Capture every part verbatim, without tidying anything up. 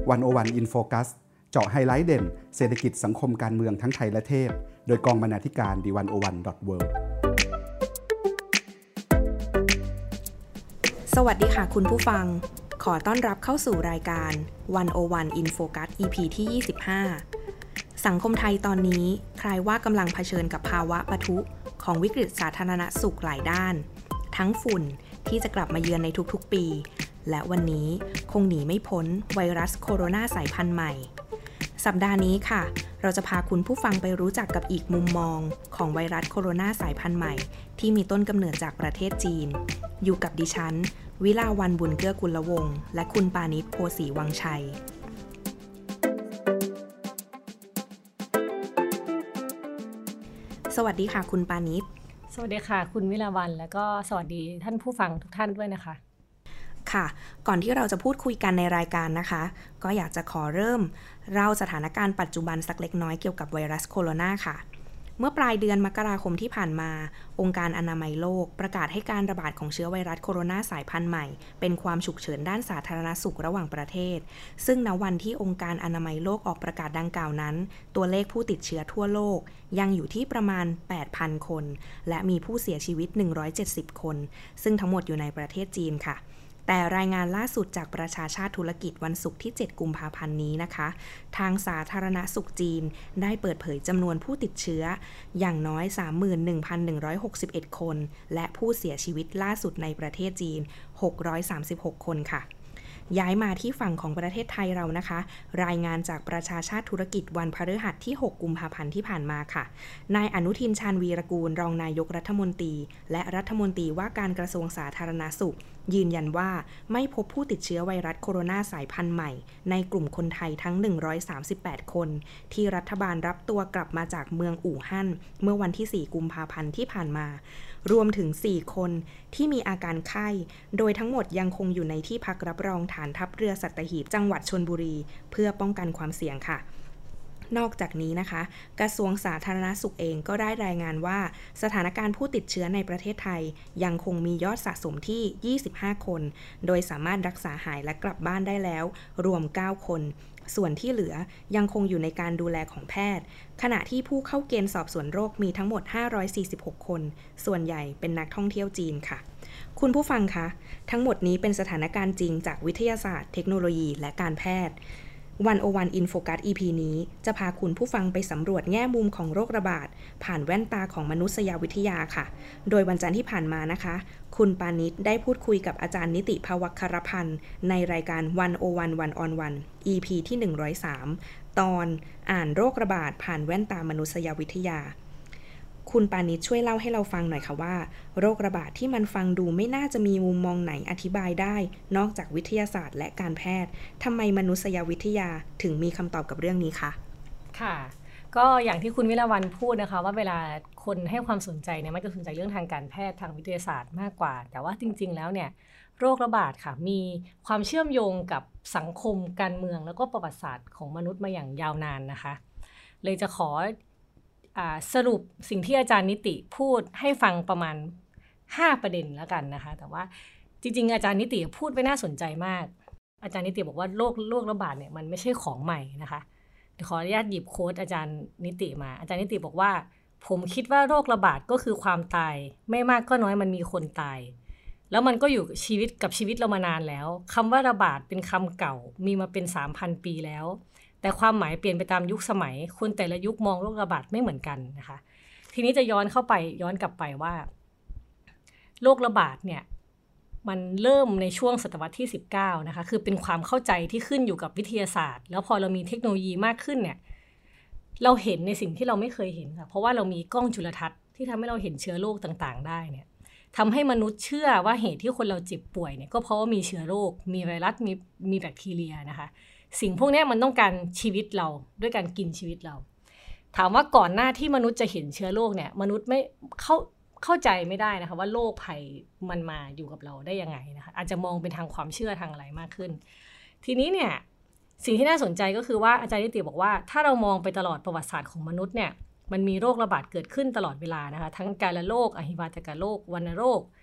วันโอวัน In Focus เจาะไฮไลท์เด่นเศรษฐกิจสังคมการเมืองทั้งไทยและเทศโดยกองบรรณาธิการ ดี วัน โอ วัน ดอท เวิลด์สวัสดีค่ะคุณผู้ฟังขอต้อนรับเข้าสู่รายการวันโอวัน In Focus อี พี ที่ ยี่สิบห้า สังคมไทยตอนนี้คล้ายว่ากำลังเผชิญกับภาวะปะทุของวิกฤตสาธารณสุขหลายด้านทั้งฝุ่นที่จะกลับมาเยือนในทุกๆปีและวันนี้คงหนีไม่พ้นไวรัสโคโรนาสายพันธุ์ใหม่สัปดาห์นี้ค่ะเราจะพาคุณผู้ฟังไปรู้จักกับอีกมุมมองของไวรัสโคโรนาสายพันธุ์ใหม่ที่มีต้นกำเนิดจากประเทศจีนอยู่กับดิฉันวิลาวันบุญเกื้อกุลวงศ์และคุณปานิชโพสีวังชัยสวัสดีค่ะคุณปานิชสวัสดีค่ะคุณวิลาวันแล้วก็สวัสดีท่านผู้ฟังทุกท่านด้วยนะคะค่ะก่อนที่เราจะพูดคุยกันในรายการนะคะก็อยากจะขอเริ่มเล่าสถานการณ์ปัจจุบันสักเล็กน้อยเกี่ยวกับไวรัสโคโรนาค่ะเมื่อปลายเดือนมกราคมที่ผ่านมาองค์การอนามัยโลกประกาศให้การระบาดของเชื้อไวรัสโคโรนาสายพันธุ์ใหม่เป็นความฉุกเฉินด้านสาธารณสุขระหว่างประเทศซึ่งณวันที่องค์การอนามัยโลกออกประกาศดังกล่าวนั้นตัวเลขผู้ติดเชื้อทั่วโลกยังอยู่ที่ประมาณ แปดพัน คนและมีผู้เสียชีวิตหนึ่งร้อยเจ็ดสิบคนซึ่งทั้งหมดอยู่ในประเทศจีนค่ะแต่รายงานล่าสุดจากประชาชาติธุรกิจวันศุกร์ที่เจ็ดกุมภาพันธ์นี้นะคะทางสาธารณสุขจีนได้เปิดเผยจำนวนผู้ติดเชื้ออย่างน้อย สามหมื่นหนึ่งพันหนึ่งร้อยหกสิบเอ็ด คนและผู้เสียชีวิตล่าสุดในประเทศจีนหกร้อยสามสิบหกคนค่ะย้ายมาที่ฝั่งของประเทศไทยเรานะคะรายงานจากประชาชาติธุรกิจวันพฤหัสที่หกกุมภาพันธ์ที่ผ่านมาค่ะนายอนุทินชาญวีรกูลรองนายกรัฐมนตรีและรัฐมนตรีว่าการกระทรวงสาธารณสุขยืนยันว่าไม่พบผู้ติดเชื้อไวรัสโคโรนาสายพันธุ์ใหม่ในกลุ่มคนไทยทั้งหนึ่งร้อยสามสิบแปดคนที่รัฐบาลรับตัวกลับมาจากเมืองอู่ฮั่นเมื่อวันที่สี่กุมภาพันธ์ที่ผ่านมารวมถึงสี่คนที่มีอาการไข้โดยทั้งหมดยังคงอยู่ในที่พักรับรองฐานทัพเรือสัตหีบจังหวัดชลบุรีเพื่อป้องกันความเสี่ยงค่ะนอกจากนี้นะคะกระทรวงสาธารณสุขเองก็ได้รายงานว่าสถานการณ์ผู้ติดเชื้อในประเทศไทยยังคงมียอดสะสมที่ยี่สิบห้าคนโดยสามารถรักษาหายและกลับบ้านได้แล้วรวมเก้าคนส่วนที่เหลือยังคงอยู่ในการดูแลของแพทย์ขณะที่ผู้เข้าเกณฑ์สอบสวนโรคมีทั้งหมดห้าร้อยสี่สิบหกคนส่วนใหญ่เป็นนักท่องเที่ยวจีนค่ะคุณผู้ฟังคะทั้งหมดนี้เป็นสถานการณ์จริงจากวิทยาศาสตร์เทคโนโลยีและการแพทย์วันโอวัน In Focus อี พี นี้จะพาคุณผู้ฟังไปสำรวจแง่มุมของโรคระบาดผ่านแว่นตาของมนุษยวิทยาค่ะโดยวันจันทร์ที่ผ่านมานะคะคุณปานิชได้พูดคุยกับอาจารย์นิติภวัครพันธ์ในรายการวันโอวัน One on One อี พี ที่หนึ่งร้อยสามตอนอ่านโรคระบาดผ่านแว่นตามนุษยวิทยาคุณปานิชช่วยเล่าให้เราฟังหน่อยค่ะว่าโรคระบาดที่มันฟังดูไม่น่าจะมีมุมมองไหนอธิบายได้นอกจากวิทยาศาสตร์และการแพทย์ทำไมมนุษยวิทยาถึงมีคำตอบกับเรื่องนี้คะค่ะก็อย่างที่คุณวิลาวันพูดนะคะว่าเวลาคนให้ความสนใจเนี่ยมักจะสนใจเรื่องทางการแพทย์ทางวิทยาศาสตร์มากกว่าแต่ว่าจริงๆแล้วเนี่ยโรคระบาดค่ะมีความเชื่อมโยงกับสังคมการเมืองแล้วก็ประวัติศาสตร์ของมนุษย์มาอย่างยาวนานนะคะเลยจะขอสรุปสิ่งที่อาจารย์นิติพูดให้ฟังประมาณห้าประเด็นแล้วกันนะคะแต่ว่าจริงๆอาจารย์นิติพูดไปน่าสนใจมากอาจารย์นิติบอกว่าโรคโรคระบาดเนี่ยมันไม่ใช่ของใหม่นะคะเดี๋ยวขออนุญาตหยิบโค้ดอาจารย์นิติมาอาจารย์นิติบอกว่าผมคิดว่าโรคระบาดก็คือความตายไม่มากก็น้อยมันมีคนตายแล้วมันก็อยู่ชีวิตกับชีวิตเรามานานแล้วคำว่าระบาดเป็นคำเก่ามีมาเป็น สามพัน ปีแล้วแต่ความหมายเปลี่ยนไปตามยุคสมัยคนแต่ละยุคมองโรคระบาดไม่เหมือนกันนะคะทีนี้จะย้อนเข้าไปย้อนกลับไปว่าโรคระบาดเนี่ยมันเริ่มในช่วงศตวรรษที่สิบเก้านะคะคือเป็นความเข้าใจที่ขึ้นอยู่กับวิทยาศาสตร์แล้วพอเรามีเทคโนโลยีมากขึ้นเนี่ยเราเห็นในสิ่งที่เราไม่เคยเห็นค่ะเพราะว่าเรามีกล้องจุลทรรศน์ที่ทำให้เราเห็นเชื้อโรคต่างๆได้เนี่ยทำให้มนุษย์เชื่อว่าเหตุที่คนเราเจ็บป่วยเนี่ยก็เพราะว่ามีเชื้อโรคมีไวรัสมีมีแบคทีเรียนะคะสิ่งพวกนี้มันต้องการชีวิตเราด้วยการกินชีวิตเราถามว่าก่อนหน้าที่มนุษย์จะเห็นเชื้อโรคเนี่ยมนุษย์ไม่เข้าเข้าใจไม่ได้นะคะว่าโรคภัยมันมาอยู่กับเราได้ยังไงนะคะอาจจะมองเป็นทางความเชื่อทางอะไรมากขึ้นทีนี้เนี่ยสิ่งที่น่าสนใจก็คือว่าอาจารย์นิติบอกว่าถ้าเรามองไปตลอดประวัติศาสตร์ของมนุษย์เนี่ยมันมีโรคระบาดเกิดขึ้นตลอดเวลานะคะทั้งกาฬโรคอหิวาตกโรควัณโรค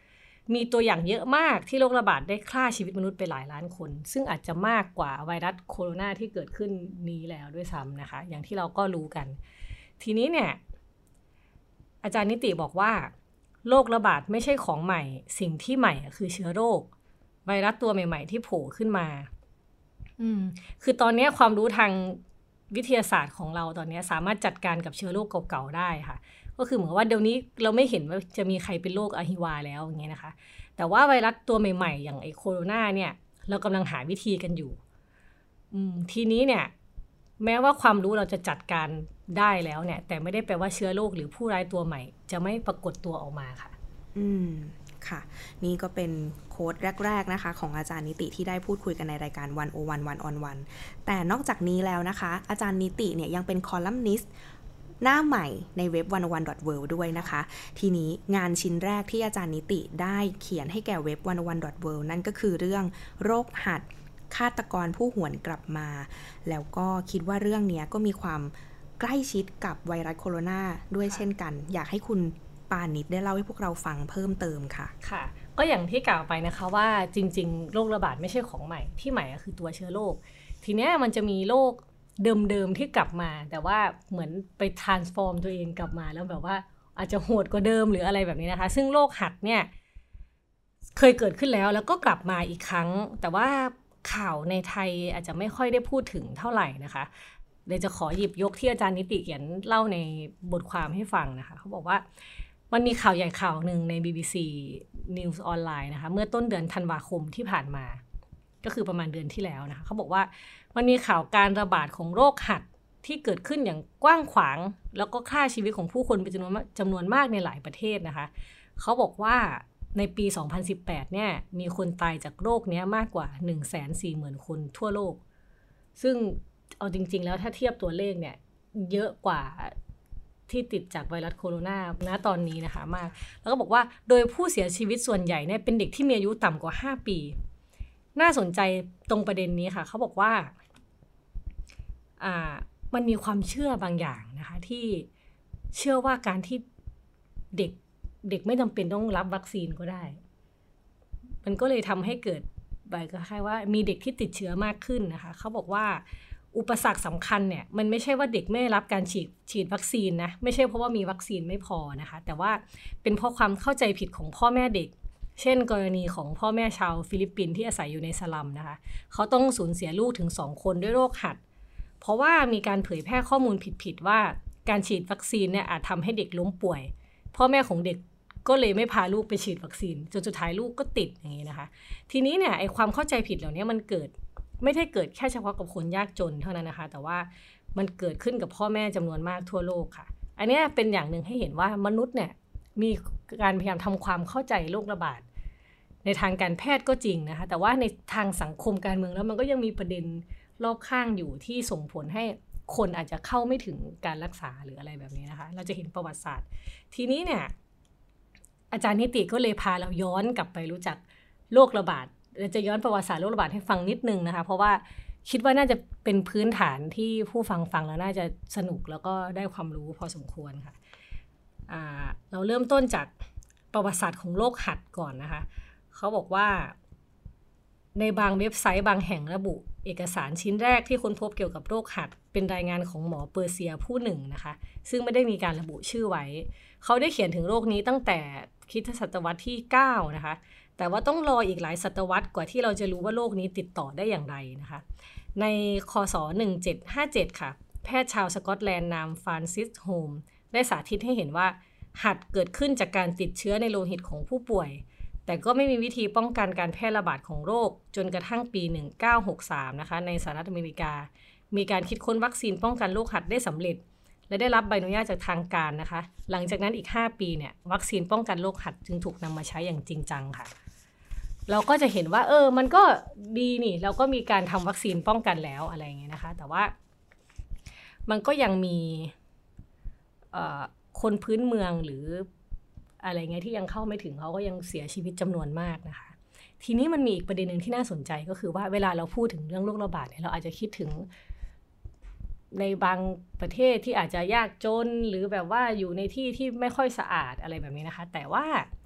มีตัวอย่างเยอะมากที่โรคระบาดได้ฆ่าชีวิตมนุษย์ไปหลายล้านคนซึ่งอาจจะมากกว่าไวรัสโคโรนาที่เกิดขึ้นนี้แล้วด้วยซ้ำนะคะอย่างที่เราก็รู้กันทีนี้เนี่ยอาจารย์นิติบอกว่าโรคระบาดไม่ใช่ของใหม่สิ่งที่ใหม่คือเชื้อโรคไวรัสตัวใหม่ๆที่โผล่ขึ้นมาอืมคือตอนนี้ความรู้ทางวิทยาศาสตร์ของเราตอนนี้สามารถจัดการกับเชื้อโรคเก่าๆได้ค่ะก็คือเหมือนว่าเดี๋ยวนี้เราไม่เห็นว่าจะมีใครเป็นโรคอะฮิวาแล้วอย่างเงี้ยนะคะแต่ว่าไวรัสตัวใหม่ๆอย่างไอโคโรนาเนี่ยเรากำลังหาวิธีกันอยู่อืมทีนี้เนี่ยแม้ว่าความรู้เราจะจัดการได้แล้วเนี่ยแต่ไม่ได้แปลว่าเชื้อโรคหรือผู้ร้ายตัวใหม่จะไม่ปรากฏตัวออกมาค่ะอืมค่ะนี่ก็เป็นโค้ดแรกๆนะคะของอาจารย์นิติที่ได้พูดคุยกันในรายการหนึ่งศูนย์หนึ่ง วัน on วัน แต่นอกจากนี้แล้วนะคะอาจารย์นิติเนี่ยยังเป็นคอลัมนิสต์หน้าใหม่ในเว็บ หนึ่งศูนย์หนึ่ง ดอท เวิลด์ ด้วยนะคะทีนี้งานชิ้นแรกที่อาจารย์นิติได้เขียนให้แก่เว็บ หนึ่งศูนย์หนึ่ง ดอท เวิลด์ นั่นก็คือเรื่องโรคหัดฆาตกรผู้หวนกลับมาแล้วก็คิดว่าเรื่องนี้ก็มีความใกล้ชิดกับไวรัสโคโรนาด้วยเช่นกันอยากให้คุณปานิชได้เล่าให้พวกเราฟังเพิ่มเติมค่ะค่ะก็อย่างที่กล่าวไปนะคะว่าจริงๆโรคระบาดไม่ใช่ของใหม่ที่ใหม่ก็คือตัวเชื้อโรคทีนี้มันจะมีโรคเดิมๆที่กลับมาแต่ว่าเหมือนไป transform ตัวเองกลับมาแล้วแบบว่าอาจจะโหดกว่าเดิมหรืออะไรแบบนี้นะคะซึ่งโรคหัดเนี่ยเคยเกิดขึ้นแล้วแล้วก็กลับมาอีกครั้งแต่ว่าข่าวในไทยอาจจะไม่ค่อยได้พูดถึงเท่าไหร่นะคะเดี๋ยวจะขอหยิบยกที่อาจารย์นิติเขียนเล่าในบทความให้ฟังนะคะเขาบอกว่ามันมีข่าวใหญ่ข่าวหนึ่งใน บี บี ซี News Online นะคะเมื่อต้นเดือนธันวาคมที่ผ่านมาก็คือประมาณเดือนที่แล้วนะคะเขาบอกว่ามันมีข่าวการระบาดของโรคหัดที่เกิดขึ้นอย่างกว้างขวางแล้วก็ฆ่าชีวิตของผู้คนเป็นจำนวนจำนวนมากในหลายประเทศนะคะเขาบอกว่าในปีสองพันสิบแปดเนี่ยมีคนตายจากโรคนี้มากกว่า หนึ่งแสนสี่หมื่น คนทั่วโลกซึ่งเอาจริงๆแล้วถ้าเทียบตัวเลขเนี่ยเยอะกว่าที่ติดจากไวรัสโคโรนาณตอนนี้นะคะมากแล้วก็บอกว่าโดยผู้เสียชีวิตส่วนใหญ่เนี่ยเป็นเด็กที่มีอายุต่ำกว่าห้าปีน่าสนใจตรงประเด็นนี้ค่ะเขาบอกว่าอ่ามันมีความเชื่อบางอย่างนะคะที่เชื่อว่าการที่เด็กเด็กไม่จำเป็นต้องรับวัคซีนก็ได้มันก็เลยทำให้เกิดแบบคล้ายๆว่ามีเด็กที่ติดเชื้อมากขึ้นนะคะเขาบอกว่าอุปสรรคสำคัญเนี่ยมันไม่ใช่ว่าเด็กไม่รับการฉีดฉีดวัคซีนนะไม่ใช่เพราะว่ามีวัคซีนไม่พอนะคะแต่ว่าเป็นเพราะความเข้าใจผิดของพ่อแม่เด็กเช่นกรณีของพ่อแม่ชาวฟิลิปปินส์ที่อาศัยอยู่ในสลัมนะคะเขาต้องสูญเสียลูกถึงสองคนด้วยโรคหัดเพราะว่ามีการเผยแพร่ข้อมูลผิดๆว่าการฉีดวัคซีนเนี่ยอาจทำให้เด็กล้มป่วยพ่อแม่ของเด็กก็เลยไม่พาลูกไปฉีดวัคซีนจนสุดท้ายลูกก็ติดอย่างนี้นะคะทีนี้เนี่ยไอ้ความเข้าใจผิดเหล่านี้มันเกิดไม่ได้เกิดแค่เฉพาะกับคนยากจนเท่านั้นนะคะแต่ว่ามันเกิดขึ้นกับพ่อแม่จำนวนมากทั่วโลกค่ะอันนี้เป็นอย่างหนึ่งให้เห็นว่ามนุษย์เนี่ยมีการพยายามทำความเข้าใจโรคระบาดในทางการแพทย์ก็จริงนะคะแต่ว่าในทางสังคมการเมืองแล้วมันก็ยังมีประเด็นรอบข้างอยู่ที่ส่งผลให้คนอาจจะเข้าไม่ถึงการรักษาหรืออะไรแบบนี้นะคะเราจะเห็นประวัติศาสตร์ทีนี้เนี่ยอาจารย์นิติก็เลยพาเราย้อนกลับไปรู้จักโรคระบาดเราจะย้อนประวัติศาสตร์โรคระบาดให้ฟังนิดนึงนะคะเพราะว่าคิดว่าน่าจะเป็นพื้นฐานที่ผู้ฟังฟังแล้วน่าจะสนุกแล้วก็ได้ความรู้พอสมควรค่ะเราเริ่มต้นจากประวัติศาสตร์ของโรคหัดก่อนนะคะเขาบอกว่าในบางเว็บไซต์บางแห่งระบุเอกสารชิ้นแรกที่ค้นพบเกี่ยวกับโรคหัดเป็นรายงานของหมอเปอร์เซียผู้หนึ่งนะคะซึ่งไม่ได้มีการระบุชื่อไว้เขาได้เขียนถึงโรคนี้ตั้งแต่คริสตศตวรรษที่เก้านะคะแต่ว่าต้องรออีกหลายศตวรรษกว่าที่เราจะรู้ว่าโรคนี้ติดต่อได้อย่างไรนะคะในคศหนึ่งพันเจ็ดร้อยห้าสิบเจ็ดค่ะแพทย์ชาวสกอตแลนด์นามฟรานซิสโฮมได้สาธิตให้เห็นว่าหัดเกิดขึ้นจากการติดเชื้อในโลหิตของผู้ป่วยแต่ก็ไม่มีวิธีป้องกันการแพร่ระบาดของโรคจนกระทั่งปีหนึ่งพันเก้าร้อยหกสิบสามนะคะในสหรัฐอเมริกามีการคิดค้นวัคซีนป้องกันโรคหัดได้สำเร็จและได้รับใบอนุญาตจากทางการนะคะหลังจากนั้นอีกห้าปีเนี่ยวัคซีนป้องกันโรคหัดจึงถูกนำมาใช้อย่างจริงจังค่ะเราก็จะเห็นว่าเออมันก็ดีนี่เราก็มีการทำวัคซีนป้องกันแล้วอะไรอย่างเงี้ยนะคะแต่ว่ามันก็ยังมีคนพื้นเมืองหรืออะไรเงี้ยที่ยังเข้าไม่ถึงเขาก็ยังเสียชีวิตจำนวนมากนะคะทีนี้มันมีอีกประเด็นหนึ่งที่น่าสนใจก็คือว่าเวลาเราพูดถึงเรื่องโรคระบาดเนี่ยเราอาจจะคิดถึงในบางประเทศที่อาจจะยากจนหรือแบบว่าอยู่ในที่ที่ไม่ค่อยสะอาดอะไรแบบนี้นะคะแต่ว่า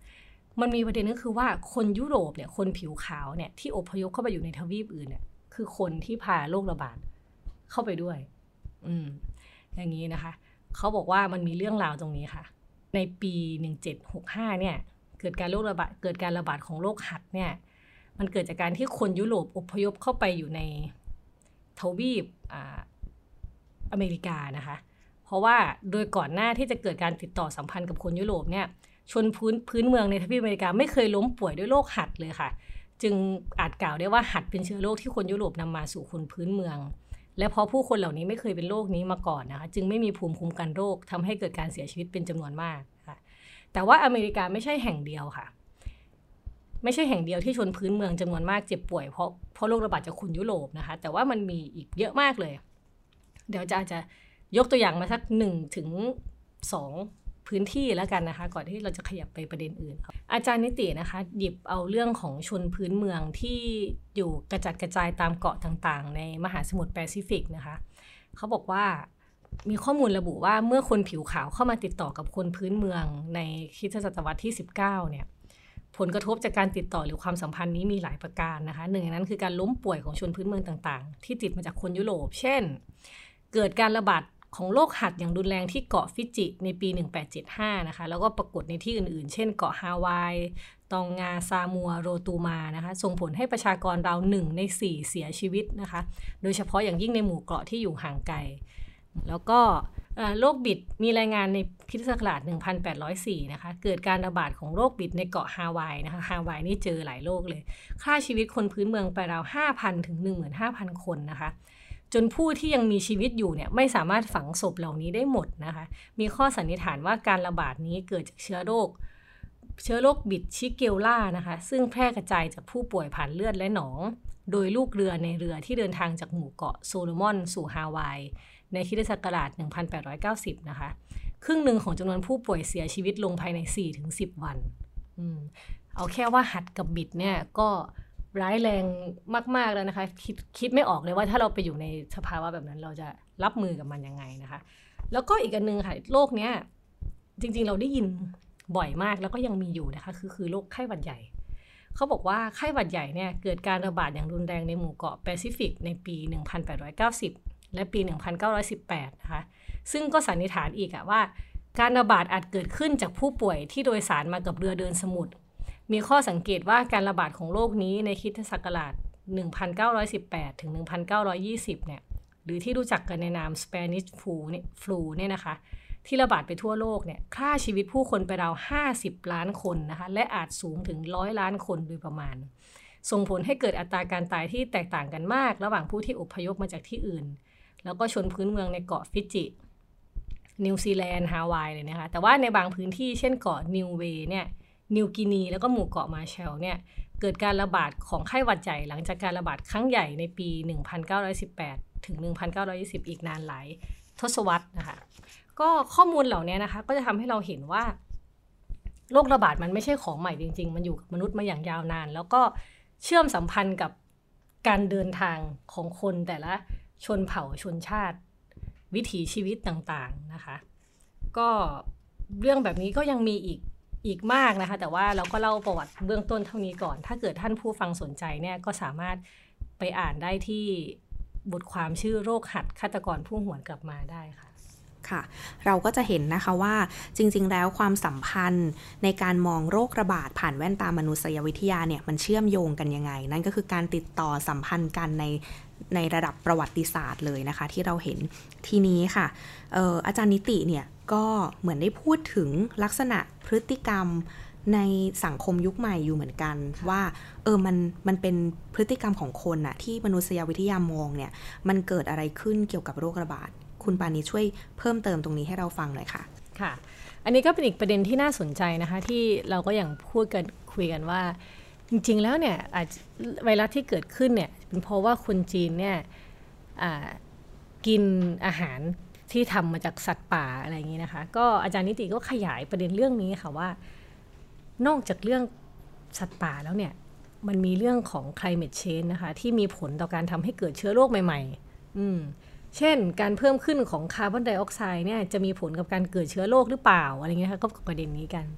มันมีประเด็นก็คือว่าคนยุโรปเนี่ยคนผิวขาวเนี่ยที่อพยพเข้าไปอยู่ในทวีปอื่นเนี่ยคือคนที่พาโรคระบาดเข้าไปด้วยอืมอย่างนี้นะคะเขาบอกว่ามันมีเรื่องราวตรงนี้ค่ะในปีหนึ่งเจ็ดหกห้าเนี่ยเกิดการโรคระบาดเกิดการระบาดของโรคหัดเนี่ยมันเกิดจากการที่คนยุโรปอพยพเข้าไปอยู่ในทวีปอ่าอเมริกานะคะเพราะว่าโดยก่อนหน้าที่จะเกิดการติดต่อสัมพันธ์กับคนยุโรปเนี่ยชนพื้นพื้นเมืองในทวีปอเมริกาไม่เคยล้มป่วยด้วยโรคหัดเลยค่ะจึงอาจกล่าวได้ว่าหัดเป็นเชื้อโรคที่คนยุโรปนำมาสู่คนพื้นเมืองและเพราะผู้คนเหล่านี้ไม่เคยเป็นโรคนี้มาก่อนนะคะจึงไม่มีภูมิคุ้มกันโรคทำให้เกิดการเสียชีวิตเป็นจำนวนมากค่ะแต่ว่าอเมริกาไม่ใช่แห่งเดียวค่ะไม่ใช่แห่งเดียวที่ชนพื้นเมืองจำนวนมากเจ็บป่วยเพราะเพราะโรคระบาดจากคนยุโรปนะคะแต่ว่ามันมีอีกเยอะมากเลยเดี๋ยวจะจะยกตัวอย่างมาสักหนึ่งถึงสองพื้นที่แล้วกันนะคะก่อนที่เราจะขยับไปประเด็นอื่นอาจารย์นิตินะคะหยิบเอาเรื่องของชนพื้นเมืองที่อยู่กระจัดกระจายตามเกาะต่างๆในมหาสมุทรแปซิฟิกนะคะเขาบอกว่ามีข้อมูลระบุว่าเมื่อคนผิวขาวเข้ามาติดต่อกับคนพื้นเมืองในคริสตศตวรรษที่สิบเก้าเนี่ยผลกระทบจากการติดต่อหรือความสัมพันธ์นี้มีหลายประการนะคะหนึ่งในนั้นคือการล้มป่วยของชนพื้นเมืองต่างๆที่ติดมาจากคนยุโรปเช่นเกิดการระบาดของโรคหัดอย่างรุนแรงที่เกาะฟิจิในปีหนึ่งพันแปดร้อยเจ็ดสิบห้านะคะแล้วก็ปรากฏในที่อื่นๆเช่นเกาะฮาวายตองงาซามัวโรตูมานะคะส่งผลให้ประชากรราวหนึ่งในสี่เสียชีวิตนะคะโดยเฉพาะอย่างยิ่งในหมู่เกาะที่อยู่ห่างไกลแล้วก็โรคบิดมีรายงานในคริสตศักราชหนึ่งพันแปดร้อยสี่นะคะเกิดการระบาดของโรคบิดในเกาะฮาวายนะคะฮาวายนี่เจอหลายโรคเลยฆ่าชีวิตคนพื้นเมืองไปราว ห้าพัน ถึง หนึ่งหมื่นห้าพัน คนนะคะจนผู้ที่ยังมีชีวิตอยู่เนี่ยไม่สามารถฝังศพเหล่านี้ได้หมดนะคะมีข้อสันนิษฐานว่าการระบาดนี้เกิดจากเชื้อโรคเชื้อโรคบิดชิเกลล่านะคะซึ่งแพร่กระจายจากผู้ป่วยผ่านเลือดและหนองโดยลูกเรือในเรือที่เดินทางจากหมู่เกาะโซโลมอนสู่ฮาวายในคริสตศักราชหนึ่งพันแปดร้อยเก้าสิบนะคะครึ่งหนึ่งของจำนวนผู้ป่วยเสียชีวิตลงภายใน สี่ถึงสิบ วันอืมเอาแค่ว่าหัดกับบิดเนี่ยก็ร้ายแรงมากๆแล้วนะคะคิดคิดไม่ออกเลยว่าถ้าเราไปอยู่ในสภาวะแบบนั้นเราจะรับมือกับมันยังไงนะคะแล้วก็อีกอันนึงค่ะโรคเนี้ยจริงๆเราได้ยินบ่อยมากแล้วก็ยังมีอยู่นะคะคือคือโรคไข้หวัดใหญ่เขาบอกว่าไข้หวัดใหญ่เนี่ยเกิดการระบาดอย่างรุนแรงในหมู่เกาะแปซิฟิกในปีหนึ่งพันแปดร้อยเก้าสิบและปีหนึ่งพันเก้าร้อยสิบแปดนะคะซึ่งก็สันนิษฐานอีกอะว่าการระบาดอาจเกิดขึ้นจากผู้ป่วยที่โดยสารมากับเรือเดินสมุทรมีข้อสังเกตว่าการระบาดของโรคนี้ในคริสตศักราชหนึ่งพันเก้าร้อยสิบแปดถึงหนึ่งพันเก้าร้อยยี่สิบเนี่ยหรือที่รู้จักกันในนาม Spanish flu เนี่ย flu เนี่ยนะคะที่ระบาดไปทั่วโลกเนี่ยฆ่าชีวิตผู้คนไปราวห้าสิบล้านคนนะคะและอาจสูงถึงหนึ่งร้อยล้านคนโดยประมาณส่งผลให้เกิดอัตราการตายที่แตกต่างกันมากระหว่างผู้ที่อพยพมาจากที่อื่นแล้วก็ชนพื้นเมืองในเกาะฟิจินิวซีแลนด์ฮาวายเลยนะคะแต่ว่าในบางพื้นที่เช่นเกาะนิวเวย์เนี่ยนิวกินีแล้วก็หมู่เกาะมาแชลเนี่ยเกิดการระบาดของไข้หวัดใหญ่หลังจากการระบาดครั้งใหญ่ในปีหนึ่งพันเก้าร้อยสิบแปดถึงหนึ่งพันเก้าร้อยยี่สิบอีกนานหลายทศวรรษนะคะก็ข้อมูลเหล่านี้นะคะก็จะทำให้เราเห็นว่าโรคระบาดมันไม่ใช่ของใหม่จริงๆมันอยู่กับมนุษย์มาอย่างยาวนานแล้วก็เชื่อมสัมพันธ์กับการเดินทางของคนแต่ละชนเผ่าชนชาติวิถีชีวิตต่างๆนะคะก็เรื่องแบบนี้ก็ยังมีอีกอีกมากนะคะแต่ว่าเราก็เล่าประวัติเบื้องต้นเท่านี้ก่อนถ้าเกิดท่านผู้ฟังสนใจเนี่ยก็สามารถไปอ่านได้ที่บทความชื่อโรคหัดฆาตกรผู้หวนกลับมาได้ค่ะค่ะเราก็จะเห็นนะคะว่าจริงๆแล้วความสัมพันธ์ในการมองโรคระบาดผ่านแว่นตามนุษยวิทยาเนี่ยมันเชื่อมโยงกันยังไงนั่นก็คือการติดต่อสัมพันธ์กันในในระดับประวัติศาสตร์เลยนะคะที่เราเห็นทีนี้ค่ะเอ่ออาจารย์นิติเนี่ยก็เหมือนได้พูดถึงลักษณะพฤติกรรมในสังคมยุคใหม่อยู่เหมือนกันว่าเออมันมันเป็นพฤติกรรมของคนน่ะที่มนุษยวิทยามองเนี่ยมันเกิดอะไรขึ้นเกี่ยวกับโรคระบาดคุณปานีช่วยเพิ่มเติมตรงนี้ให้เราฟังหน่อยค่ะค่ะอันนี้ก็เป็นอีกประเด็นที่น่าสนใจนะคะที่เราก็อย่างพูดกันคุยกันว่าจริงๆแล้วเนี่ยไวรัสที่เกิดขึ้นเนี่ยเป็นเพราะว่าคนจีนเนี่ยกินอาหารที่ทำมาจากสัตว์ป่าอะไรอย่างนี้นะคะก็อาจารย์นิติก็ขยายประเด็นเรื่องนี้ค่ะว่านอกจากเรื่องสัตว์ป่าแล้วเนี่ยมันมีเรื่องของ climate change นะคะที่มีผลต่อการทำให้เกิดเชื้อโรคใหม่ๆอืมเช่นการเพิ่มขึ้นของคาร์บอนไดออกไซด์เนี่ยจะมีผลกับการเกิดเชื้อโรคหรือเปล่าอะไรเงี้ยค่ะก็ประเด็นนี้กัน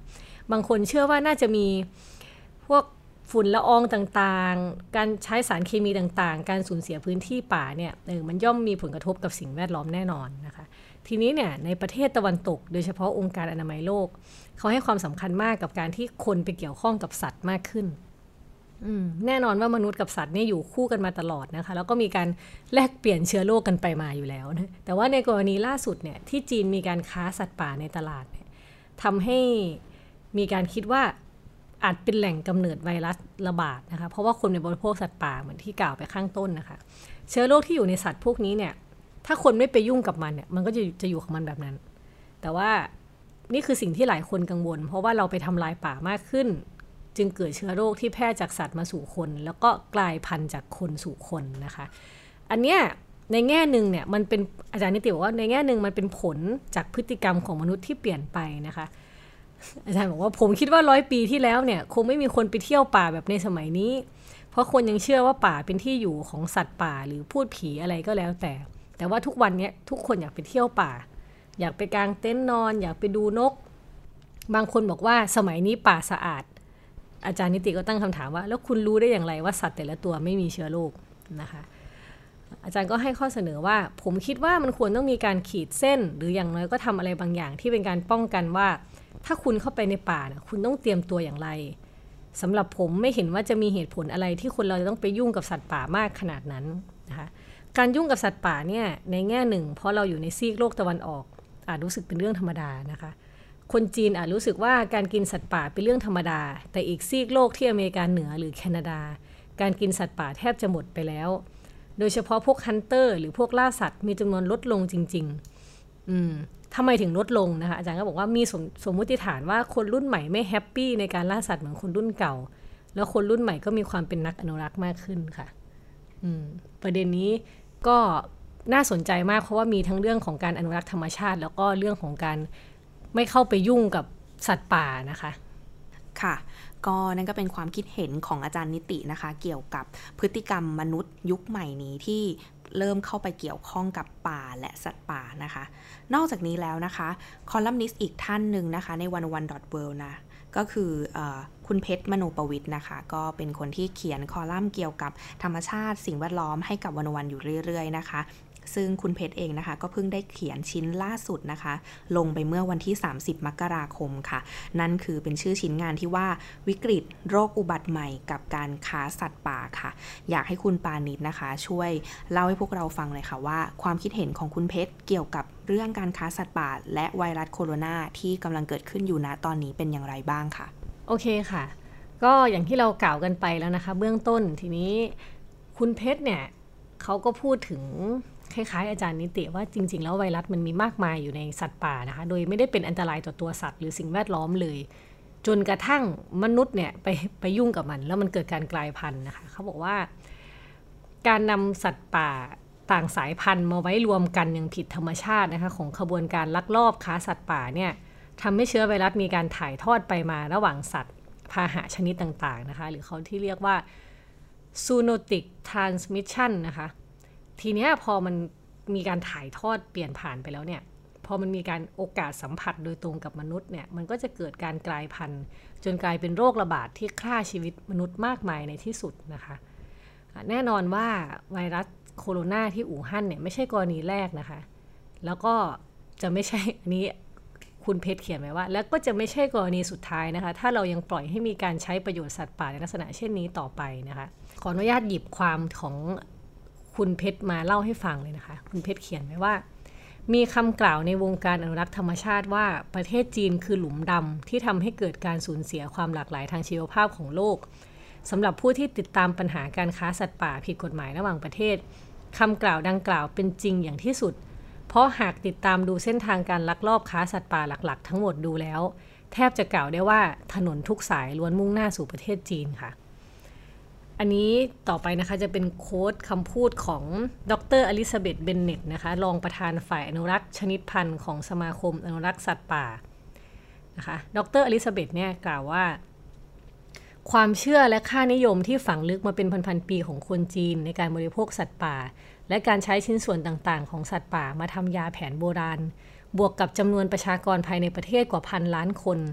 บางคนเชื่อว่าน่าจะมีพวกฝุ่นละอองต่างๆการใช้สารเคมีต่างๆการสูญเสียพื้นที่ป่าเนี่ยเออมันย่อมมีผลกระทบกับสิ่งแวดล้อมแน่นอนนะคะทีนี้เนี่ยในประเทศตะวันตกโดยเฉพาะองค์การอนามัยโลกเขาให้ความสำคัญมากกับการที่คนไปเกี่ยวข้องกับสัตว์มากขึ้นแน่นอนว่ามนุษย์กับสัตว์นี่อยู่คู่กันมาตลอดนะคะแล้วก็มีการแลกเปลี่ยนเชื้อโรคกันไปมาอยู่แล้วนะแต่ว่าในกรณีล่าสุดเนี่ยที่จีนมีการค้าสัตว์ป่าในตลาดเนี่ยทำให้มีการคิดว่าอาจเป็นแหล่งกำเนิดไวรัสระบาดนะคะเพราะว่าคนในบริโภคสัตว์ป่าเหมือนที่กล่าวไปข้างต้นนะคะเชื้อโรคที่อยู่ในสัตว์พวกนี้เนี่ยถ้าคนไม่ไปยุ่งกับมันเนี่ยมันก็จะจะอยู่ของมันแบบนั้นแต่ว่านี่คือสิ่งที่หลายคนกังวลเพราะว่าเราไปทำลายป่ามากขึ้นจึงเกิดเชื้อโรคที่แพร่จากสัตว์มาสู่คนแล้วก็กลายพันธุ์จากคนสู่คนนะคะอันเนี้ยในแง่นึงเนี่ยมันเป็นอาจารย์นิติบอกว่าในแง่นึงมันเป็นผลจากพฤติกรรมของมนุษย์ที่เปลี่ยนไปนะคะอาจารย์บอกว่าผมคิดว่าร้อยปีที่แล้วเนี่ยคงไม่มีคนไปเที่ยวป่าแบบในสมัยนี้เพราะคนยังเชื่อว่าป่าเป็นที่อยู่ของสัตว์ป่าหรือพูดผีอะไรก็แล้วแต่แต่ว่าทุกวันนี้ทุกคนอยากไปเที่ยวป่าอยากไปกางเต็นท์นอนอยากไปดูนกบางคนบอกว่าสมัยนี้ป่าสะอาดอาจารย์นิติก็ตั้งคำถามว่าแล้วคุณรู้ได้อย่างไรว่าสัตว์แต่ละตัวไม่มีเชื้อโรคนะคะอาจารย์ก็ให้ข้อเสนอว่าผมคิดว่ามันควรต้องมีการขีดเส้นหรืออย่างน้อยก็ทำอะไรบางอย่างที่เป็นการป้องกันว่าถ้าคุณเข้าไปในป่านะคุณต้องเตรียมตัวอย่างไรสำหรับผมไม่เห็นว่าจะมีเหตุผลอะไรที่คนเราจะต้องไปยุ่งกับสัตว์ป่ามากขนาดนั้นนะคะการยุ่งกับสัตว์ป่าเนี่ยในแง่หนึ่งเพราะเราอยู่ในซีกโลกตะวันออกอาจรู้สึกเป็นเรื่องธรรมดานะคะคนจีนอาจรู้สึกว่าการกินสัตว์ป่าเป็นเรื่องธรรมดาแต่อีกซีกโลกที่อเมริกาเหนือหรือแคนาดาการกินสัตว์ป่าแทบจะหมดไปแล้วโดยเฉพาะพวกฮันเตอร์หรือพวกล่าสัตว์มีจำนวนลดลงจริงๆอืมทำไมถึงลดลงนะคะอาจารย์ก็บอกว่ามีสม, สมมติฐานว่าคนรุ่นใหม่ไม่แฮปปี้ในการล่าสัตว์เหมือนคนรุ่นเก่าแล้วคนรุ่นใหม่ก็มีความเป็นนักอนุรักษ์มากขึ้นค่ะอืมประเด็นนี้ก็น่าสนใจมากเพราะว่ามีทั้งเรื่องของการอนุรักษ์ธรรมชาติแล้วก็เรื่องของการไม่เข้าไปยุ่งกับสัตว์ป่านะคะค่ะก็นั่นก็เป็นความคิดเห็นของอาจารย์นิตินะคะเกี่ยวกับพฤติกรรมมนุษย์ยุคใหม่นี้ที่เริ่มเข้าไปเกี่ยวข้องกับป่าและสัตว์ป่านะคะนอกจากนี้แล้วนะคะคอลัมนิสต์อีกท่านหนึ่งนะคะในวัน วัน ดอท เวิลด์ นะก็คือเอ่อคุณเพชรมโนประวิตรนะคะก็เป็นคนที่เขียนคอลัมน์เกี่ยวกับธรรมชาติสิ่งแวดล้อมให้กับวัน วันอยู่เรื่อยๆนะคะซึ่งคุณเพชรเองนะคะก็เพิ่งได้เขียนชิ้นล่าสุดนะคะลงไปเมื่อวันที่สามสิบมกราคมค่ะนั่นคือเป็นชื่อชิ้นงานที่ว่าวิกฤตโรคอุบัติใหม่กับการค้าสัตว์ป่าค่ะอยากให้คุณปานิชนะคะช่วยเล่าให้พวกเราฟังเลยค่ะว่าความคิดเห็นของคุณเพชรเกี่ยวกับเรื่องการค้าสัตว์ป่าและไวรัสโคโรนาที่กำลังเกิดขึ้นอยู่ณตอนนี้เป็นอย่างไรบ้างค่ะโอเคค่ะก็อย่างที่เรากล่าวกันไปแล้วนะคะเบื้องต้นทีนี้คุณเพชรเนี่ยเขาก็พูดถึงคล้ายๆอาจารย์นิติว่าจริงๆแล้วไวรัสมันมีมากมายอยู่ในสัตว์ป่านะคะโดยไม่ได้เป็นอันตรายต่อตัวสัตว์หรือสิ่งแวดล้อมเลยจนกระทั่งมนุษย์เนี่ยไปไปยุ่งกับมันแล้วมันเกิดการกลายพันธุ์นะคะเขาบอกว่าการนำสัตว์ป่าต่างสายพันธุ์มาไว้รวมกันอย่างผิดธรรมชาตินะคะของขบวนการลักลอบค้าสัตว์ป่าเนี่ยทำให้เชื้อไวรัสมีการถ่ายทอดไปมาระหว่างสัตว์พาหะชนิดต่างๆนะคะหรือเขาที่เรียกว่า zoonotic transmission นะคะทีนี้พอมันมีการถ่ายทอดเปลี่ยนผ่านไปแล้วเนี่ยพอมันมีการโอกาสสัมผัสโดยตรงกับมนุษย์เนี่ยมันก็จะเกิดการกลายพันธุ์จนกลายเป็นโรคระบาดที่ฆ่าชีวิตมนุษย์มากมายในที่สุดนะคะแน่นอนว่าไวรัสโคโรนาที่อู่ฮั่นเนี่ยไม่ใช่กรณีแรกนะคะแล้วก็จะไม่ใช่อันนี้คุณเพชรเขียนไว้ว่าแล้วก็จะไม่ใช่กรณีสุดท้ายนะคะถ้าเรายังปล่อยให้มีการใช้ประโยชน์สัตว์ป่าในลักษณะเช่นนี้ต่อไปนะคะขออนุญาตหยิบความของคุณเพชรมาเล่าให้ฟังเลยนะคะคุณเพชรเขียนไว้ว่ามีคำกล่าวในวงการอนุรักษ์ธรรมชาติว่าประเทศจีนคือหลุมดำที่ทำให้เกิดการสูญเสียความหลากหลายทางชีวภาพของโลกสำหรับผู้ที่ติดตามปัญหาการค้าสัตว์ป่าผิดกฎหมายระหว่างประเทศคำกล่าวดังกล่าวเป็นจริงอย่างที่สุดเพราะหากติดตามดูเส้นทางการลักลอบค้าสัตว์ป่าหลักๆทั้งหมดดูแล้วแทบจะกล่าวได้ว่าถนนทุกสายล้วนมุ่งหน้าสู่ประเทศจีนค่ะอันนี้ต่อไปนะคะจะเป็นโค้ดคำพูดของดร.อลิซาเบธ เบนเน็ตนะคะรองประธานฝ่ายอนุรักษ์ชนิดพันธุ์ของสมาคมอนุรักษ์สัตว์ป่านะคะดร.อลิซาเบธเนี่ยกล่าวว่าความเชื่อและค่านิยมที่ฝังลึกมาเป็นพันๆปีของคนจีนในการบริโภคสัตว์ป่าและการใช้ชิ้นส่วนต่างๆของสัตว์ป่ามาทำยาแผนโบราณบวกกับจำนวนประชากรภายในประเทศกว่าพันล้านคน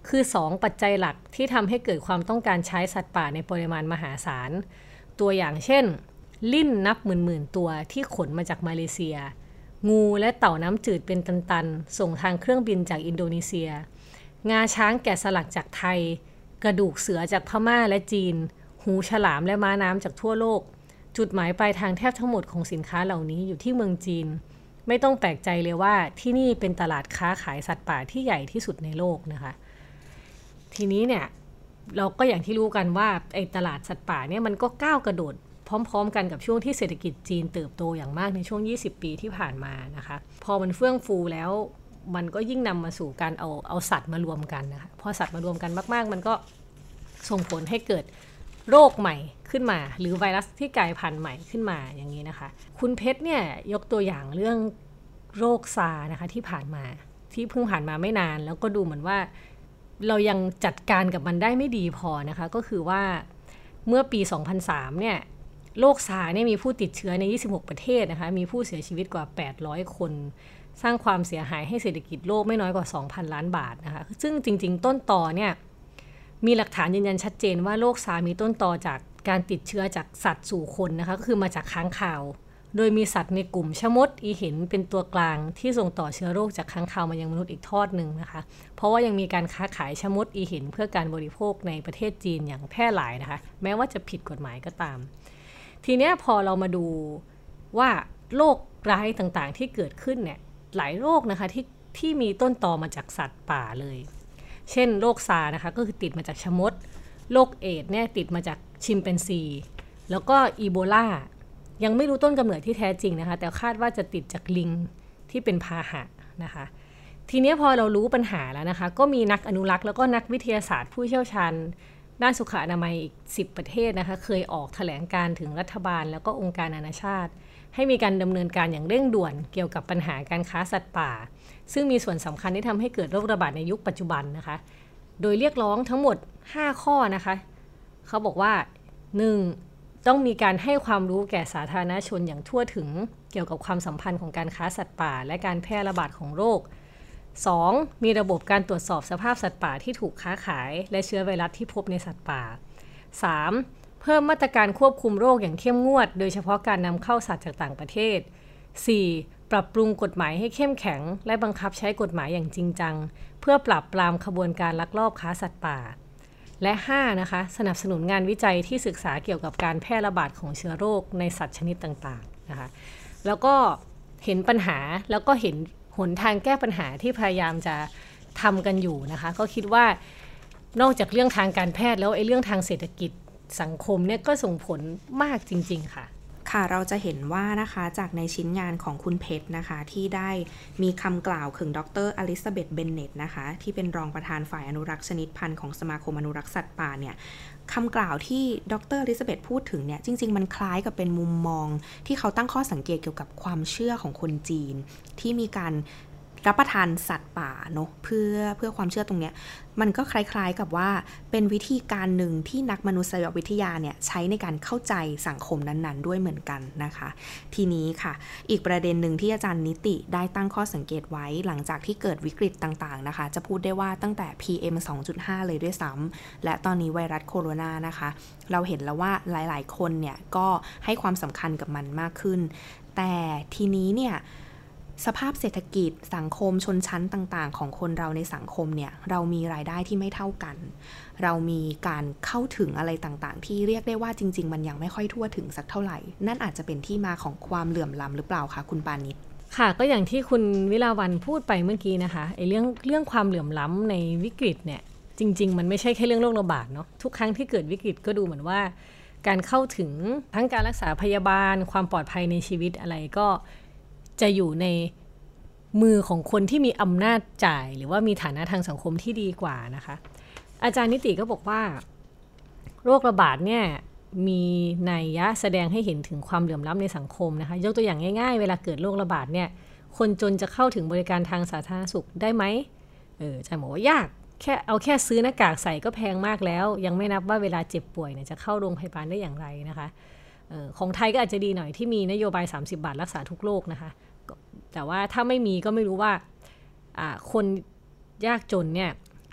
คือสองปัจจัยหลักที่ทำให้เกิดความต้องการใช้สัตว์ป่าในปริมาณมหาศาลตัวอย่างเช่นลิ่นนับหมื่นๆตัวที่ขนมาจากมาเลเซียงูและเต่าน้ำจืดเป็นตันๆส่งทางเครื่องบินจากอินโดนีเซียงาช้างแกะสลักจากไทยกระดูกเสือจากพม่าและจีนหูฉลามและม้าน้ำจากทั่วโลกจุดหมายปลายทางแทบทั้งหมดของสินค้าเหล่านี้อยู่ที่เมืองจีนไม่ต้องแปลกใจเลยว่าที่นี่เป็นตลาดค้าขายสัตว์ป่าที่ใหญ่ที่สุดในโลกนะคะทีนี้เนี่ยเราก็อย่างที่รู้กันว่าไอ้ตลาดสัตว์ป่าเนี่ยมันก็ก้าวกระโดดพร้อมๆกันกับช่วงที่เศรษฐกิจจีนเติบโตอย่างมากในช่วงยี่สิบปีที่ผ่านมานะคะพอมันเฟื่องฟูแล้วมันก็ยิ่งนำมาสู่การเอาเอาสัตว์มารวมกันนะคะพอสัตว์มารวมกันมากๆมันก็ส่งผลให้เกิดโรคใหม่ขึ้นมาหรือไวรัสที่กลายพันธุ์ใหม่ขึ้นมาอย่างนี้นะคะคุณเพชรเนี่ยยกตัวอย่างเรื่องโรคซาร์นะคะที่ผ่านมาที่เพิ่งผ่านมาไม่นานแล้วก็ดูเหมือนว่าเรายังจัดการกับมันได้ไม่ดีพอนะคะก็คือว่าเมื่อปีสองพันสามเนี่ยโรคซาร์เนี่ยมีผู้ติดเชื้อในยี่สิบหกประเทศนะคะมีผู้เสียชีวิตกว่าแปดร้อยคนสร้างความเสียหายให้เศรษฐกิจโลกไม่น้อยกว่า สองพัน ล้านบาทนะคะซึ่งจริงๆต้นตอเนี่ยมีหลักฐานยืนยันชัดเจนว่าโรคซาร์มีต้นตอจากการติดเชื้อจากสัตว์สู่คนนะคะก็คือมาจากค้างคาวโดยมีสัตว์ในกลุ่มชะมดอีเห็นเป็นตัวกลางที่ส่งต่อเชื้อโรคจากค้างคาวมายังมนุษย์อีกทอดหนึ่งนะคะเพราะว่ายังมีการค้าขายชะมดอีเห็นเพื่อการบริโภคในประเทศจีนอย่างแพร่หลายนะคะแม้ว่าจะผิดกฎหมายก็ตามทีนี้พอเรามาดูว่าโรคร้ายต่างๆที่เกิดขึ้นเนี่ยหลายโรคนะคะที่ที่มีต้นตอมาจากสัตว์ป่าเลยเช่นโรคซาร์นะคะก็คือติดมาจากชะมดโรคเอดส์เนี่ยติดมาจากชิมแปนซีแล้วก็อีโบลายังไม่รู้ต้นกำเนิดที่แท้จริงนะคะแต่คาดว่าจะติดจากลิงที่เป็นพาหะนะคะทีนี้พอเรารู้ปัญหาแล้วนะคะก็มีนักอนุรักษ์แล้วก็นักวิทยาศาสตร์ผู้เชี่ยวชาญด้านสุขอนามัยอีกสิบประเทศนะคะเคยออกแถลงการถึงรัฐบาลแล้วก็องค์การนานาชาติให้มีการดำเนินการอย่างเร่งด่วนเกี่ยวกับปัญหาการค้าสัตว์ป่าซึ่งมีส่วนสำคัญที่ทำให้เกิดโรคระบาดในยุคปัจจุบันนะคะโดยเรียกร้องทั้งหมดห้าข้อนะคะเขาบอกว่า หนึ่ง. ต้องมีการให้ความรู้แก่สาธารณชนอย่างทั่วถึงเกี่ยวกับความสัมพันธ์ของการค้าสัตว์ป่าและการแพร่ระบาดของโรค สอง. มีระบบการตรวจสอบสภาพสัตว์ป่าที่ถูกค้าขายและเชื้อไวรัสที่พบในสัตว์ป่า สาม. เพิ่มมาตรการควบคุมโรคอย่างเข้มงวดโดยเฉพาะการนำเข้าสัตว์จากต่างประเทศ สี่. ปรับปรุงกฎหมายให้เข้มแข็งและบังคับใช้กฎหมายอย่างจริงจังเพื่อปราบปรามขบวนการลักลอบค้าสัตว์ป่าและห้านะคะสนับสนุนงานวิจัยที่ศึกษาเกี่ยวกับการแพร่ระบาดของเชื้อโรคในสัตว์ชนิดต่างๆนะคะแล้วก็เห็นปัญหาแล้วก็เห็นหนทางแก้ปัญหาที่พยายามจะทำกันอยู่นะคะก็คิดว่านอกจากเรื่องทางการแพทย์แล้วไอ้เรื่องทางเศรษฐกิจสังคมเนี่ยก็ส่งผลมากจริงๆค่ะค่ะเราจะเห็นว่านะคะจากในชิ้นงานของคุณเพชรนะคะที่ได้มีคำกล่าวถึงดร.อลิซาเบธเบนเน็ตนะคะที่เป็นรองประธานฝ่ายอนุรักษ์ชนิดพันธุ์ของสมาคมอนุรักษ์สัตว์ป่าเนี่ยคำกล่าวที่ดร.อลิซาเบธพูดถึงเนี่ยจริงๆมันคล้ายกับเป็นมุมมองที่เขาตั้งข้อสังเกตเกี่ยวกับความเชื่อของคนจีนที่มีการรับประทานสัตว์ป่าเนาะเพื่อเพื่อความเชื่อตรงเนี้ยมันก็คล้ายๆกับว่าเป็นวิธีการหนึ่งที่นักมนุษยวิทยาเนี่ยใช้ในการเข้าใจสังคมนั้นๆด้วยเหมือนกันนะคะทีนี้ค่ะอีกประเด็นหนึ่งที่อาจารย์นิติได้ตั้งข้อสังเกตไว้หลังจากที่เกิดวิกฤตต่างๆนะคะจะพูดได้ว่าตั้งแต่ พี เอ็ม สองจุดห้า เลยด้วยซ้ำและตอนนี้ไวรัสโคโรนานะคะเราเห็นแล้วว่าหลายๆคนเนี่ยก็ให้ความสำคัญกับมันมากขึ้นแต่ทีนี้เนี่ยสภาพเศรษฐกิจสังคมชนชั้นต่างๆของคนเราในสังคมเนี่ยเรามีรายได้ที่ไม่เท่ากันเรามีการเข้าถึงอะไรต่างๆที่เรียกได้ว่าจริงๆมันยังไม่ค่อยทั่วถึงสักเท่าไหร่นั่นอาจจะเป็นที่มาของความเหลื่อมล้ำหรือเปล่าคะคุณปานิชค่ะก็อย่างที่คุณวิลาวันพูดไปเมื่อกี้นะคะไอ้เรื่องเรื่องความเหลื่อมล้ำในวิกฤตเนี่ยจริงๆมันไม่ใช่แค่เรื่องโรคระบาดเนาะทุกครั้งที่เกิดวิกฤตก็ดูเหมือนว่าการเข้าถึงทั้งการรักษาพยาบาลความปลอดภัยในชีวิตอะไรก็จะอยู่ในมือของคนที่มีอำนาจจ่ายหรือว่ามีฐานะทางสังคมที่ดีกว่านะคะอาจารย์นิติก็บอกว่าโรคระบาดเนี่ยมีนัยยะแสดงให้เห็นถึงความเหลื่อมล้ำในสังคมนะคะยกตัวอย่างง่ายๆเวลาเกิดโรคระบาดเนี่ยคนจนจะเข้าถึงบริการทางสาธารณสุขได้ไหมเอออาจารย์บอกว่ายากแค่เอาแค่ซื้อหน้ากากใส่ก็แพงมากแล้วยังไม่นับว่าเวลาเจ็บป่วยเนี่ยจะเข้าโรงพยาบาลได้อย่างไรนะคะเออของไทยก็อาจจะดีหน่อยที่มีนโยบายสามสิบบาทรักษาทุกโรคนะคะแต่ว่าถ้าไม่มีก็ไม่รู้ว่าคนยากจนเนี่ย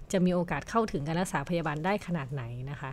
จะมีโอกาสเข้าถึงการรักษาพยาบาลได้ขนาดไหนนะคะ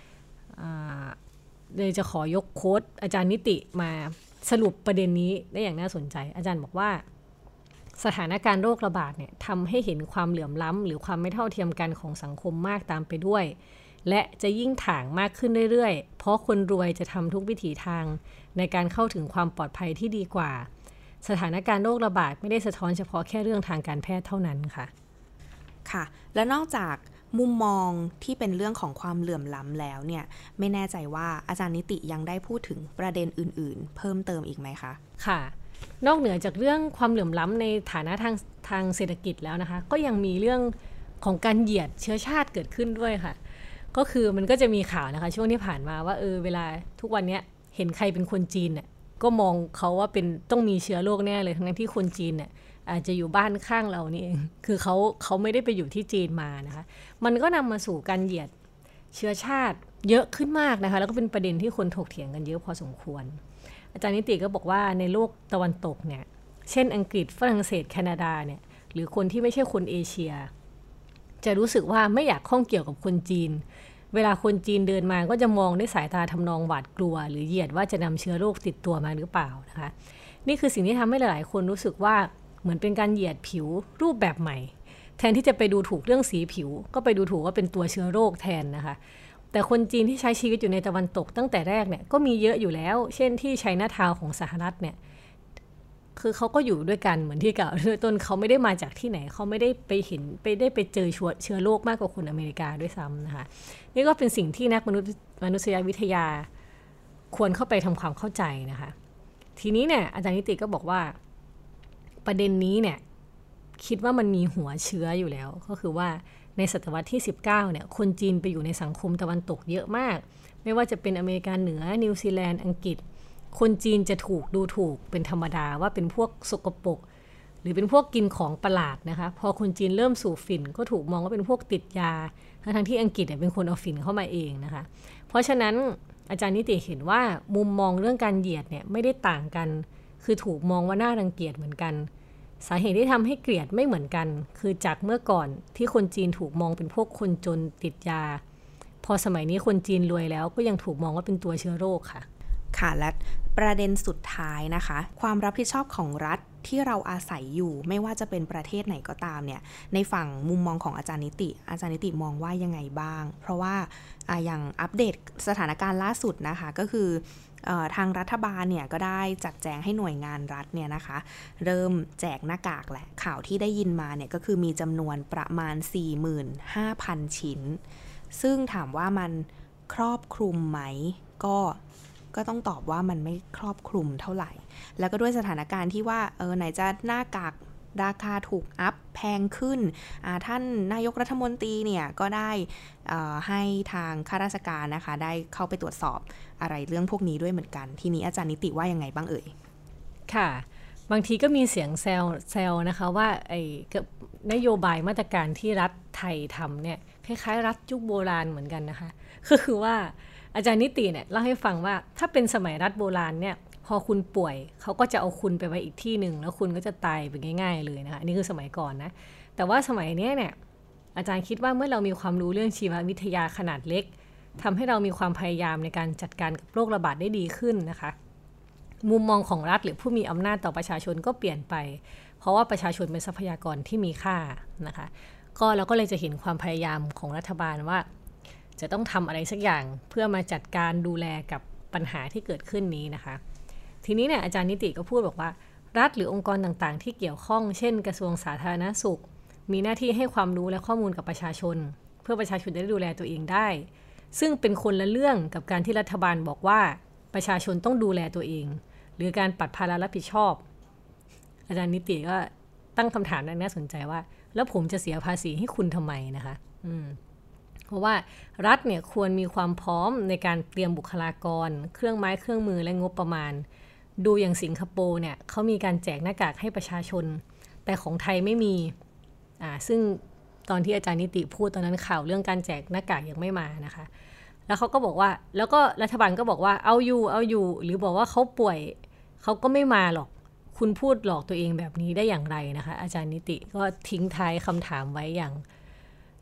เลยจะขอยกโค้ดอาจารย์นิติมาสรุปประเด็นนี้ได้อย่างน่าสนใจอาจารย์บอกว่าสถานการณ์โรคระบาดเนี่ยทำให้เห็นความเหลื่อมล้ำหรือความไม่เท่าเทียมกันของสังคมมากตามไปด้วยและจะยิ่งถ่างมากขึ้นเรื่อยๆเพราะคนรวยจะทำทุกวิถีทางในการเข้าถึงความปลอดภัยที่ดีกว่าสถานการณ์โรคระบาดไม่ได้สะท้อนเฉพาะแค่เรื่องทางการแพทย์เท่านั้นค่ะค่ะและนอกจากมุมมองที่เป็นเรื่องของความเหลื่อมล้ำแล้วเนี่ยไม่แน่ใจว่าอาจารย์นิติยังได้พูดถึงประเด็นอื่นๆเพิ่มเติมอีกไหมคะค่ะนอกเหนือจากเรื่องความเหลื่อมล้ำในฐานะทางทางเศรษฐกิจแล้วนะคะก็ยังมีเรื่องของการเหยียดเชื้อชาติเกิดขึ้นด้วยค่ะก็คือมันก็จะมีข่าวนะคะช่วงที่ผ่านมาว่าเออเวลาทุกวันนี้เห็นใครเป็นคนจีนเนี่ยก็มองเขาว่าเป็นต้องมีเชื้อโรคแน่เลยทั้งที่คนจีนเนี่ยอาจจะอยู่บ้านข้างเรานี่เองคือเขาเขาไม่ได้ไปอยู่ที่จีนมานะคะมันก็นำมาสู่การเหยียดเชื้อชาติเยอะขึ้นมากนะคะแล้วก็เป็นประเด็นที่คนถกเถียงกันเยอะพอสมควรอาจารย์นิติก็บอกว่าในโลกตะวันตกเนี่ยเช่นอังกฤษฝรั่งเศสแคนาดาเนี่ยหรือคนที่ไม่ใช่คนเอเชียจะรู้สึกว่าไม่อยากข้องเกี่ยวกับคนจีนเวลาคนจีนเดินมาก็จะมองด้วยสายตาทำนองหวาดกลัวหรือเหยียดว่าจะนำเชื้อโรคติดตัวมาหรือเปล่านะคะนี่คือสิ่งที่ทำให้หลายๆคนรู้สึกว่าเหมือนเป็นการเหยียดผิวรูปแบบใหม่แทนที่จะไปดูถูกเรื่องสีผิวก็ไปดูถูกว่าเป็นตัวเชื้อโรคแทนนะคะแต่คนจีนที่ใช้ชีวิตอยู่ในตะวันตกตั้งแต่แรกเนี่ยก็มีเยอะอยู่แล้วเช่นที่ไชน่าทาวน์ของสหรัฐเนี่ยคือเขาก็อยู่ด้วยกันเหมือนที่กล่าวด้วยต้นเขาไม่ได้มาจากที่ไหนเขาไม่ได้ไปเห็นไปได้ไปเจอเชื้อโรคมากกว่าคนอเมริกาด้วยซ้ำนะคะนี่ก็เป็นสิ่งที่นักมนุษยมนุษยวิทยาควรเข้าไปทำความเข้าใจนะคะทีนี้เนี่ยอาจารย์นิติก็บอกว่าประเด็นนี้เนี่ยคิดว่ามันมีหัวเชื้ออยู่แล้วก็คือว่าในศตวรรษที่สิบเก้าเนี่ยคนจีนไปอยู่ในสังคมตะวันตกเยอะมากไม่ว่าจะเป็นอเมริกาเหนือนิวซีแลนด์อังกฤษคนจีนจะถูกดูถูกเป็นธรรมดาว่าเป็นพวกสกปรกหรือเป็นพวกกินของประหลาดนะคะพอคนจีนเริ่มสูบฝิ่นก็ถูกมองว่าเป็นพวกติดยาทั้งที่อังกฤษเป็นคนเอาฝิ่นเข้ามาเองนะคะเพราะฉะนั้นอาจารย์นิติเห็นว่ามุมมองเรื่องการเหยียดเนี่ยไม่ได้ต่างกันคือถูกมองว่าน่ารังเกียจเหมือนกันสาเหตุที่ทำให้เกลียดไม่เหมือนกันคือจากเมื่อก่อนที่คนจีนถูกมองเป็นพวกคนจนติดยาพอสมัยนี้คนจีนรวยแล้วก็ยังถูกมองว่าเป็นตัวเชื้อโรคค่ะค่ะและประเด็นสุดท้ายนะคะความรับผิดชอบของรัฐที่เราอาศัยอยู่ไม่ว่าจะเป็นประเทศไหนก็ตามเนี่ยในฝั่งมุมมองของอาจารย์นิติอาจารย์นิติมองว่ายังไงบ้างเพราะว่าอ่าอย่างอัปเดตสถานการณ์ล่าสุดนะคะก็คือทางรัฐบาลเนี่ยก็ได้จัดแจงให้หน่วยงานรัฐเนี่ยนะคะเริ่มแจกหน้ากากแหละข่าวที่ได้ยินมาเนี่ยก็คือมีจำนวนประมาณ สี่หมื่นห้าพัน ชิ้นซึ่งถามว่ามันครอบคลุมไหมก็ก็ต้องตอบว่ามันไม่ครอบคลุมเท่าไหร่แล้วก็ด้วยสถานการณ์ที่ว่าเออไหนจะหน้ากากราคาถูกอัพแพงขึ้นท่านนายกรัฐมนตรีเนี่ยก็ได้ให้ทางข้าราชการนะคะได้เข้าไปตรวจสอบอะไรเรื่องพวกนี้ด้วยเหมือนกันทีนี้อาจารย์นิติว่ายังไงบ้างเอ่ยค่ะบางทีก็มีเสียงแซวแซวนะคะว่าไอ้นโยบายมาตรการที่รัฐไทยทำเนี่ยคล้ายๆรัฐยุคโบราณเหมือนกันนะคะก็คือว่าอาจารย์นิติเนี่ยเล่าให้ฟังว่าถ้าเป็นสมัยรัฐโบราณเนี่ยพอคุณป่วยเขาก็จะเอาคุณไปไว้อีกที่หนึ่งแล้วคุณก็จะตายไปง่ายๆเลยนะคะนี่คือสมัยก่อนนะแต่ว่าสมัยนี้เนี่ยอาจารย์คิดว่าเมื่อเรามีความรู้เรื่องชีววิทยาขนาดเล็กทำให้เรามีความพยายามในการจัดการกับโรคระบาดได้ดีขึ้นนะคะมุมมองของรัฐหรือผู้มีอำนาจต่อประชาชนก็เปลี่ยนไปเพราะว่าประชาชนเป็นทรัพยากรที่มีค่านะคะก็เราก็เลยจะเห็นความพยายามของรัฐบาลว่าจะต้องทำอะไรสักอย่างเพื่อมาจัดการดูแลกับปัญหาที่เกิดขึ้นนี้นะคะทีนี้เนี่ยอาจารย์นิติก็พูดบอกว่ารัฐหรือองค์กรต่างๆที่เกี่ยวข้องเช่นกระทรวงสาธารณสุขมีหน้าที่ให้ความรู้และข้อมูลกับประชาชนเพื่อประชาชนจะได้ดูแลตัวเองได้ซึ่งเป็นคนละเรื่องกับการที่รัฐบาลบอกว่าประชาชนต้องดูแลตัวเองหรือการปัดภาระรับผิดชอบอาจารย์นิติก็ตั้งคำถามน่าสนใจว่าแล้วผมจะเสียภาษีให้คุณทำไมนะคะอืมเพราะว่ารัฐเนี่ยควรมีความพร้อมในการเตรียมบุคลากรเครื่องไม้เครื่องมือและงบประมาณดูอย่างสิงคโปร์เนี่ยเขามีการแจกหน้ากากให้ประชาชนแต่ของไทยไม่มีอ่าซึ่งตอนที่อาจารย์นิติพูดตอนนั้นข่าวเรื่องการแจกหน้ากากยังไม่มานะคะแล้วเขาก็บอกว่าแล้วก็รัฐบาลก็บอกว่าเอาอยู่เอาอยู่หรือบอกว่าเขาป่วยเขาก็ไม่มาหรอกคุณพูดหลอกตัวเองแบบนี้ได้อย่างไรนะคะอาจารย์นิติก็ทิ้งท้ายคำถามไว้อย่าง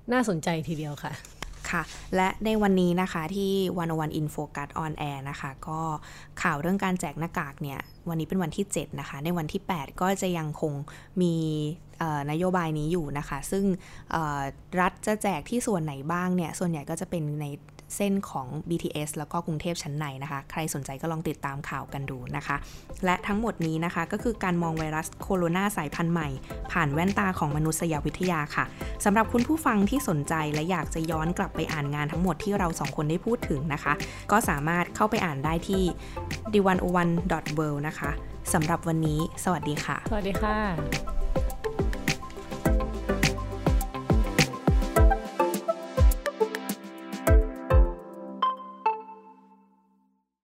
น่าสนใจทีเดียวค่ะค่ะและในวันนี้นะคะที่หนึ่งศูนย์หนึ่ง In Focus on Air นะคะก็ข่าวเรื่องการแจกหน้ากากเนี่ยวันนี้เป็นวันที่เจ็ดนะคะในวันที่แปดก็จะยังคงมีนโยบายนี้อยู่นะคะซึ่งรัฐจะแจกที่ส่วนไหนบ้างเนี่ยส่วนใหญ่ก็จะเป็นในเส้นของ บี ที เอส แล้วก็กรุงเทพชั้นในนะคะใครสนใจก็ลองติดตามข่าวกันดูนะคะและทั้งหมดนี้นะคะก็คือการมองไวรัสโคโรนาสายพันธุ์ใหม่ผ่านแว่นตาของมนุษยวิทยาค่ะสำหรับคุณผู้ฟังที่สนใจและอยากจะย้อนกลับไปอ่านงานทั้งหมดที่เราสองคนได้พูดถึงนะคะก็สามารถเข้าไปอ่านได้ที่ ดี หนึ่งศูนย์หนึ่ง ดอท เวิลด์ นะคะสำหรับวันนี้สวัสดีค่ะสวัสดีค่ะ